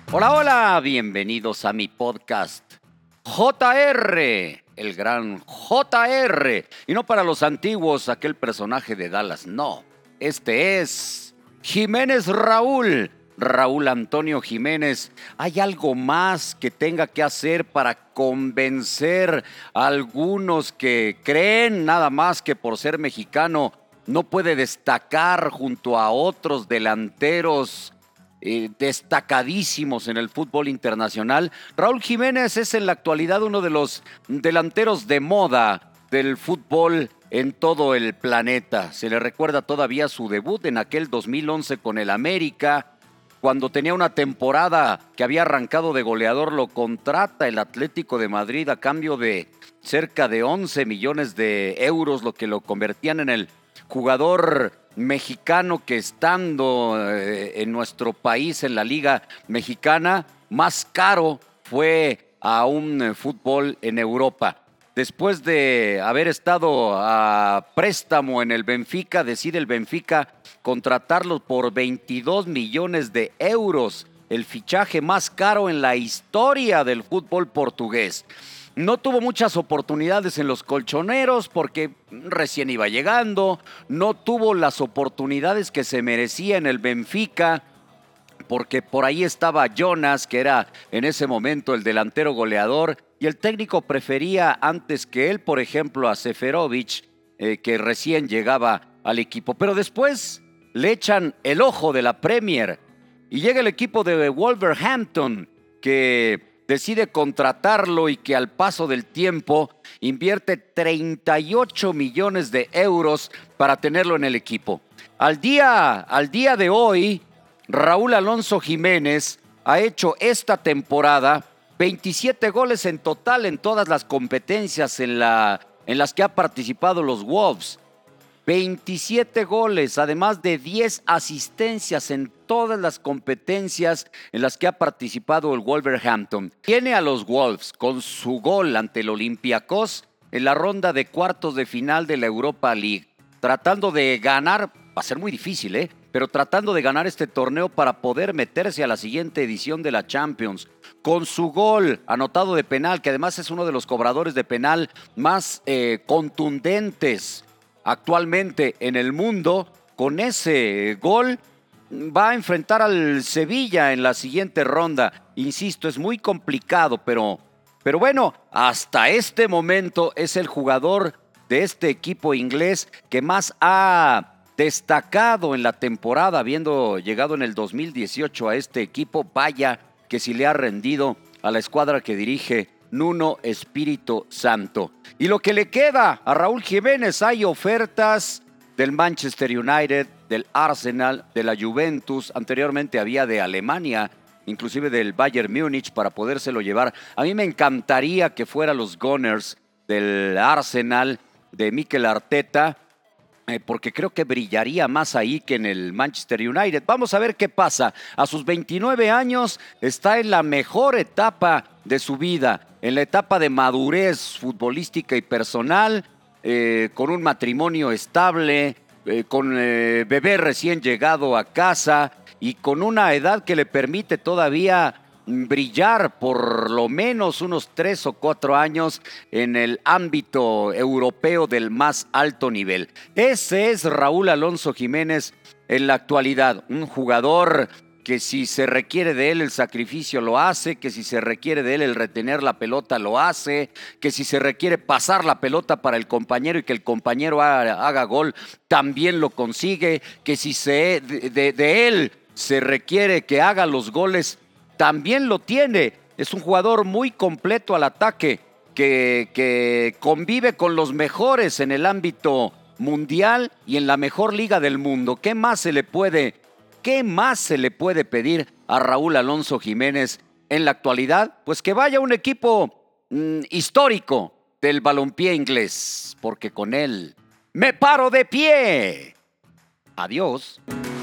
Hola, hola, bienvenidos a mi podcast JR, el gran JR. Y no para los antiguos, aquel personaje de Dallas, no. Este es Jiménez Raúl, Raúl Antonio Jiménez. ¿Hay algo más que tenga que hacer para convencer a algunos que creen nada más que por ser mexicano no puede destacar junto a otros delanteros destacadísimos en el fútbol internacional? Raúl Jiménez es en la actualidad uno de los delanteros de moda del fútbol en todo el planeta. Se le recuerda todavía su debut en aquel 2011 con el América, cuando tenía una temporada que había arrancado de goleador. Lo contrata el Atlético de Madrid a cambio de cerca de 11 millones de euros, lo que lo convertían en el jugador mexicano que estando en nuestro país, en la Liga Mexicana, más caro fue a un fútbol en Europa. Después de haber estado a préstamo en el Benfica, decide el Benfica contratarlo por 22 millones de euros, el fichaje más caro en la historia del fútbol portugués. No tuvo muchas oportunidades en los colchoneros porque recién iba llegando, no tuvo las oportunidades que se merecía en el Benfica, porque por ahí estaba Jonas, que era en ese momento el delantero goleador, y el técnico prefería antes que él, por ejemplo, a Seferovic, que recién llegaba al equipo. Pero después le echan el ojo de la Premier y llega el equipo de Wolverhampton, que decide contratarlo y que al paso del tiempo invierte 38 millones de euros para tenerlo en el equipo. Al día de hoy, Raúl Alonso Jiménez ha hecho esta temporada 27 goles en total en todas las competencias en las que ha participado los Wolves. 27 goles, además de 10 asistencias en todas las competencias en las que ha participado el Wolverhampton. Tiene a los Wolves con su gol ante el Olympiacos en la ronda de cuartos de final de la Europa League, tratando de ganar. Va a ser muy difícil, pero tratando de ganar este torneo para poder meterse a la siguiente edición de la Champions. Con su gol anotado de penal, que además es uno de los cobradores de penal más contundentes actualmente en el mundo. Con ese gol va a enfrentar al Sevilla en la siguiente ronda. Insisto, es muy complicado, pero bueno, hasta este momento es el jugador de este equipo inglés que más ha destacado en la temporada, habiendo llegado en el 2018 a este equipo. Vaya que si le ha rendido a la escuadra que dirige Nuno Espíritu Santo. Y lo que le queda a Raúl Jiménez, hay ofertas del Manchester United, del Arsenal, de la Juventus, anteriormente había de Alemania, inclusive del Bayern Múnich, para podérselo llevar. A mí me encantaría que fuera los Gunners del Arsenal, de Mikel Arteta, porque creo que brillaría más ahí que en el Manchester United. Vamos a ver qué pasa. A sus 29 años está en la mejor etapa de su vida, en la etapa de madurez futbolística y personal, con un matrimonio estable, con bebé recién llegado a casa y con una edad que le permite todavía brillar por lo menos unos 3 o 4 años en el ámbito europeo del más alto nivel. Ese es Raúl Alonso Jiménez en la actualidad, un jugador que si se requiere de él el sacrificio lo hace, que si se requiere de él el retener la pelota lo hace, que si se requiere pasar la pelota para el compañero y que el compañero haga gol también lo consigue, que si de él se requiere que haga los goles también lo tiene. Es un jugador muy completo al ataque, que convive con los mejores en el ámbito mundial y en la mejor liga del mundo. ¿Qué más se le puede pedir a Raúl Alonso Jiménez en la actualidad? Pues que vaya a un equipo histórico del balompié inglés, porque con él me paro de pie. Adiós.